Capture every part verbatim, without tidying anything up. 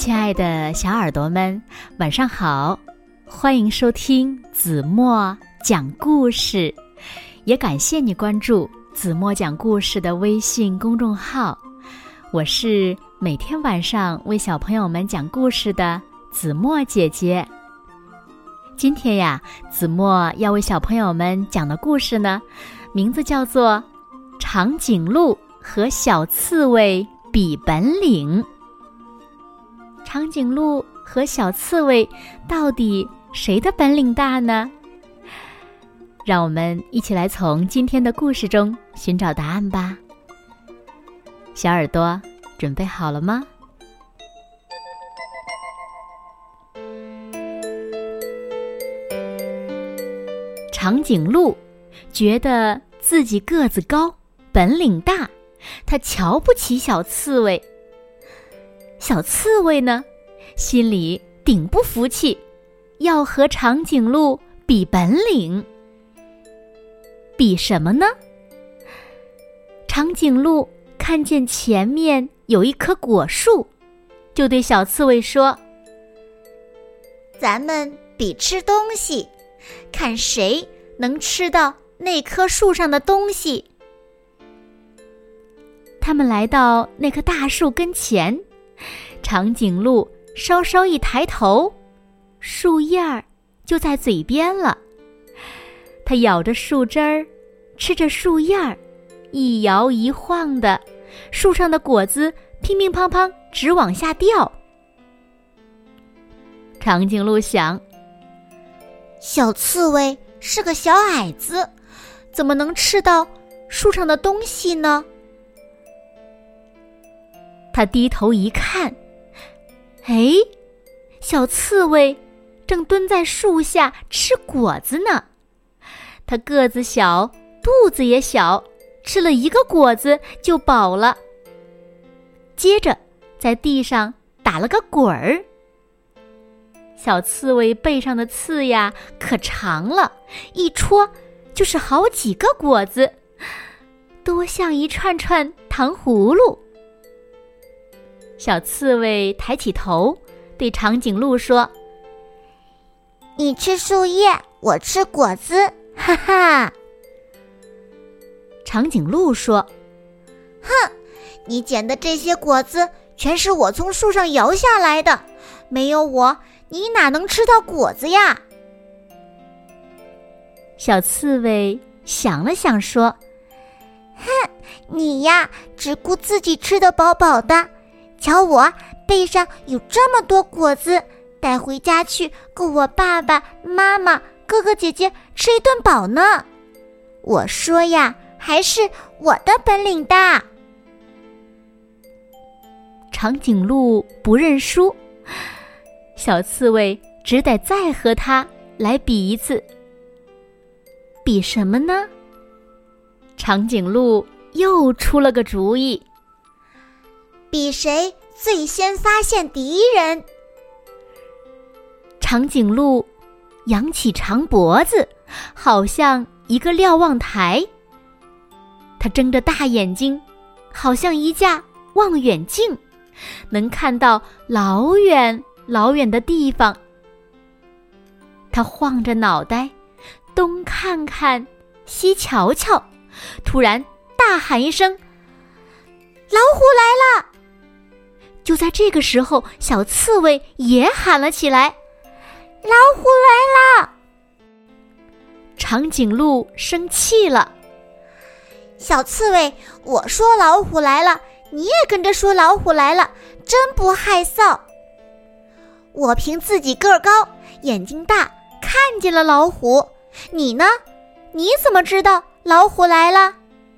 亲爱的小耳朵们，晚上好，欢迎收听子墨讲故事，也感谢你关注子墨讲故事的微信公众号。我是每天晚上为小朋友们讲故事的子墨姐姐。今天呀，子墨要为小朋友们讲的故事呢，名字叫做《长颈鹿和小刺猬比本领》。长颈鹿和小刺猬到底谁的本领大呢？让我们一起来从今天的故事中寻找答案吧。小耳朵准备好了吗？长颈鹿觉得自己个子高，本领大，他瞧不起小刺猬。小刺猬呢，心里顶不服气，要和长颈鹿比本领。比什么呢？长颈鹿看见前面有一棵果树，就对小刺猬说： 咱们比吃东西，看谁能吃到那棵树上的东西。 他们来到那棵大树跟前，长颈鹿稍稍一抬头，树叶儿就在嘴边了。它咬着树枝儿，吃着树叶儿，一摇一晃的，树上的果子乒乒乓乓直往下掉。长颈鹿想， 小刺猬是个小矮子，怎么能吃到树上的东西呢？ 他低头一看，哎，小刺猬正蹲在树下吃果子呢。它个子小，肚子也小，吃了一个果子就饱了。接着在地上打了个滚儿。小刺猬背上的刺呀可长了，一戳就是好几个果子，多像一串串糖葫芦。小刺猬抬起头，对长颈鹿说： 你吃树叶，我吃果子，哈哈。 长颈鹿说： 哼，你捡的这些果子全是我从树上摇下来的，没有我，你哪能吃到果子呀？ 小刺猬想了想说： 哼，你呀，只顾自己吃得饱饱的，瞧我背上有这么多果子，带回家去够我爸爸妈妈哥哥姐姐吃一顿饱呢。我说呀，还是我的本领大。 长颈鹿不认输，小刺猬只得再和他来比一次。比什么呢？长颈鹿又出了个主意， 比谁最先发现敌人。 长颈鹿扬起长脖子，好像一个瞭望台。它睁着大眼睛，好像一架望远镜，能看到老远老远的地方。它晃着脑袋，东看看，西瞧瞧，突然大喊一声： 老虎来了！ 就在这个时候，小刺猬也喊了起来： 老虎来了！ 长颈鹿生气了： 小刺猬，我说老虎来了，你也跟着说老虎来了，真不害臊。我凭自己个儿高，眼睛大，看见了老虎，你呢？你怎么知道老虎来了？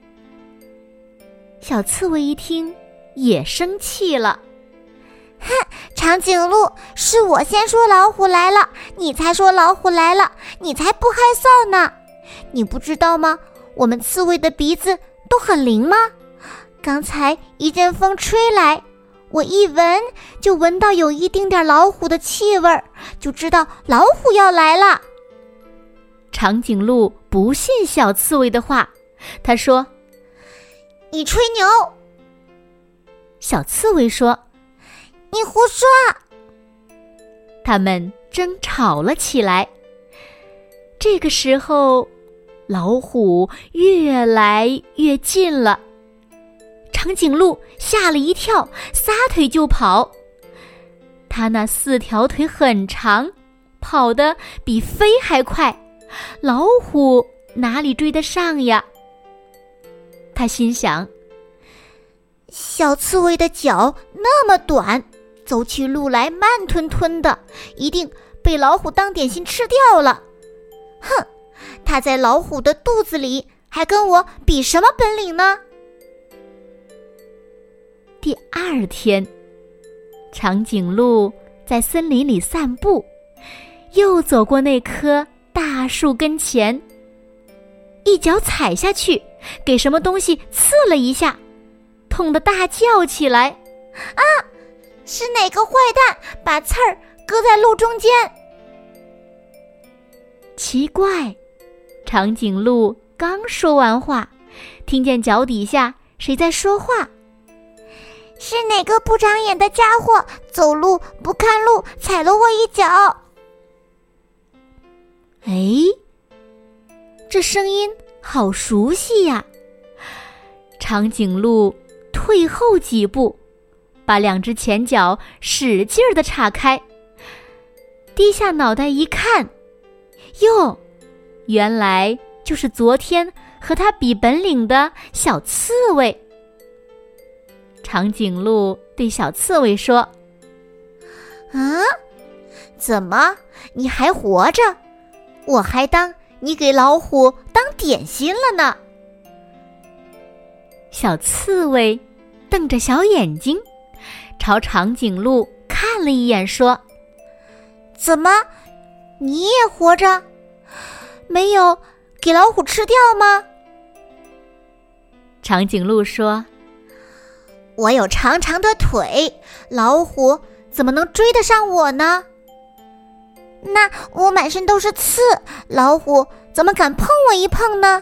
小刺猬一听也生气了： 哼，长颈鹿，是我先说老虎来了，你才说老虎来了，你才不害臊呢。你不知道吗？我们刺猬的鼻子都很灵吗？刚才一阵风吹来，我一闻就闻到有一丁点老虎的气味，就知道老虎要来了。 长颈鹿不信小刺猬的话，他说： 你吹牛。 小刺猬说： 你胡说！ 他们争吵了起来。这个时候，老虎越来越近了。长颈鹿吓了一跳，撒腿就跑。它那四条腿很长，跑得比飞还快，老虎哪里追得上呀？他心想， 小刺猬的脚那么短，走起路来慢吞吞的，一定被老虎当点心吃掉了。哼，它在老虎的肚子里，还跟我比什么本领呢？ 第二天，长颈鹿在森林里散步，又走过那棵大树跟前，一脚踩下去，给什么东西刺了一下，痛得大叫起来。 啊！是哪个坏蛋把刺儿搁在路中间？ 奇怪，长颈鹿刚说完话，听见脚底下谁在说话。 是哪个不长眼的家伙走路不看路，踩了我一脚？ 哎，这声音好熟悉呀！长颈鹿退后几步，把两只前脚使劲儿地岔开，低下脑袋一看，哟，原来就是昨天和他比本领的小刺猬。长颈鹿对小刺猬说： 啊，怎么你还活着？我还当你给老虎当点心了呢。 小刺猬瞪着小眼睛，朝长颈鹿看了一眼，说： 怎么，你也活着？没有给老虎吃掉吗？ 长颈鹿说： 我有长长的腿，老虎怎么能追得上我呢？那我满身都是刺，老虎怎么敢碰我一碰呢？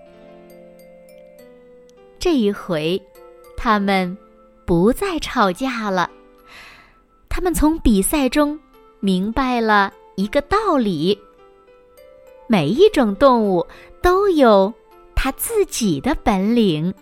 这一回，他们不再吵架了。他们从比赛中明白了一个道理：每一种动物都有它自己的本领。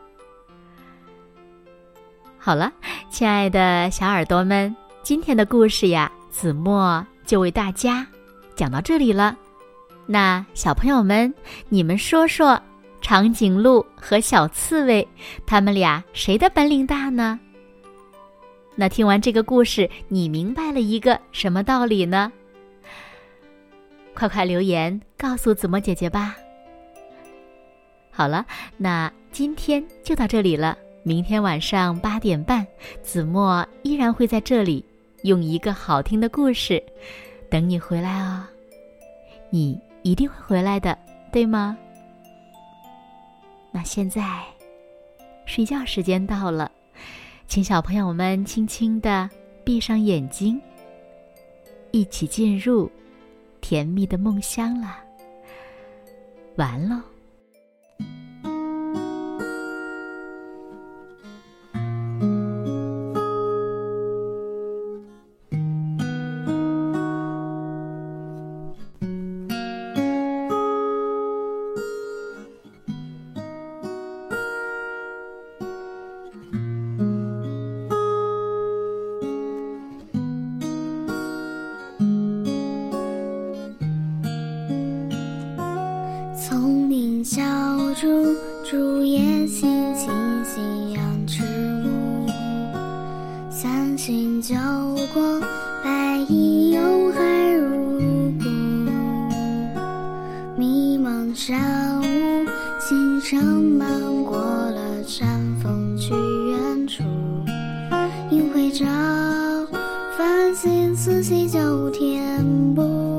好了，亲爱的小耳朵们，今天的故事呀，子墨就为大家讲到这里了。那小朋友们，你们说说，长颈鹿和小刺猬，他们俩谁的本领大呢？那听完这个故事，你明白了一个什么道理呢？快快留言告诉子墨姐姐吧。好了，那今天就到这里了。明天晚上八点半，子墨依然会在这里用一个好听的故事等你回来哦。你一定会回来的，对吗？那现在睡觉时间到了，请小朋友们轻轻地闭上眼睛，一起进入甜蜜的梦乡了。晚安喽。 聪明小猪，猪也星星夕阳之母，三星九国，白衣有海入骨，迷茫山雾，心上漫过了山峰去远处，云会照，繁星四季九天不，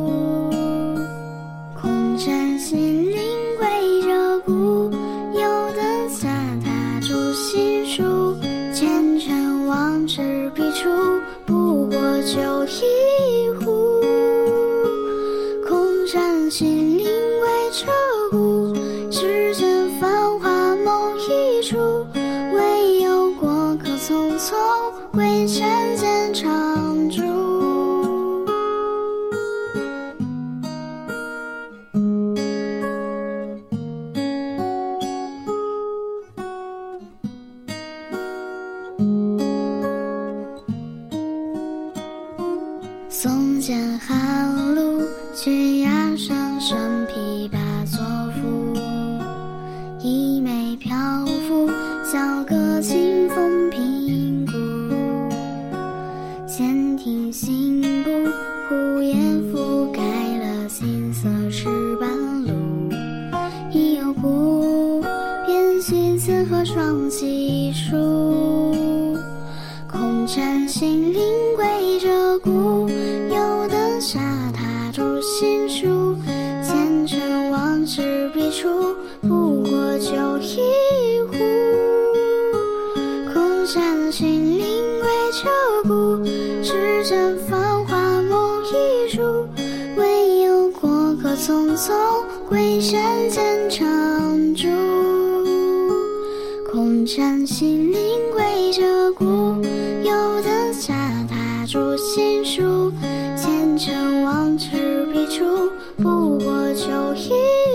空山心灵归着古，有灯下踏出新书，前尘往事笔触，不过酒一壶，空山心灵归着古，世间繁华某一处，唯有过客匆匆归山间。 相见寒露，却压上身琵琶作赋。一眉漂浮，小阁清风平谷。闲庭信步，枯叶覆盖了新色石板路。已有故，便须此河双栖树。空占心灵归鹧鸪，有灯下踏竹新书。前尘往事笔触，不过酒一壶。空占心灵归鹧鸪，世间繁华梦一如。唯有过客匆匆，归山间长驻。空占心灵归鹧鸪，有灯下踏竹新书。前尘往事笔触，不过酒一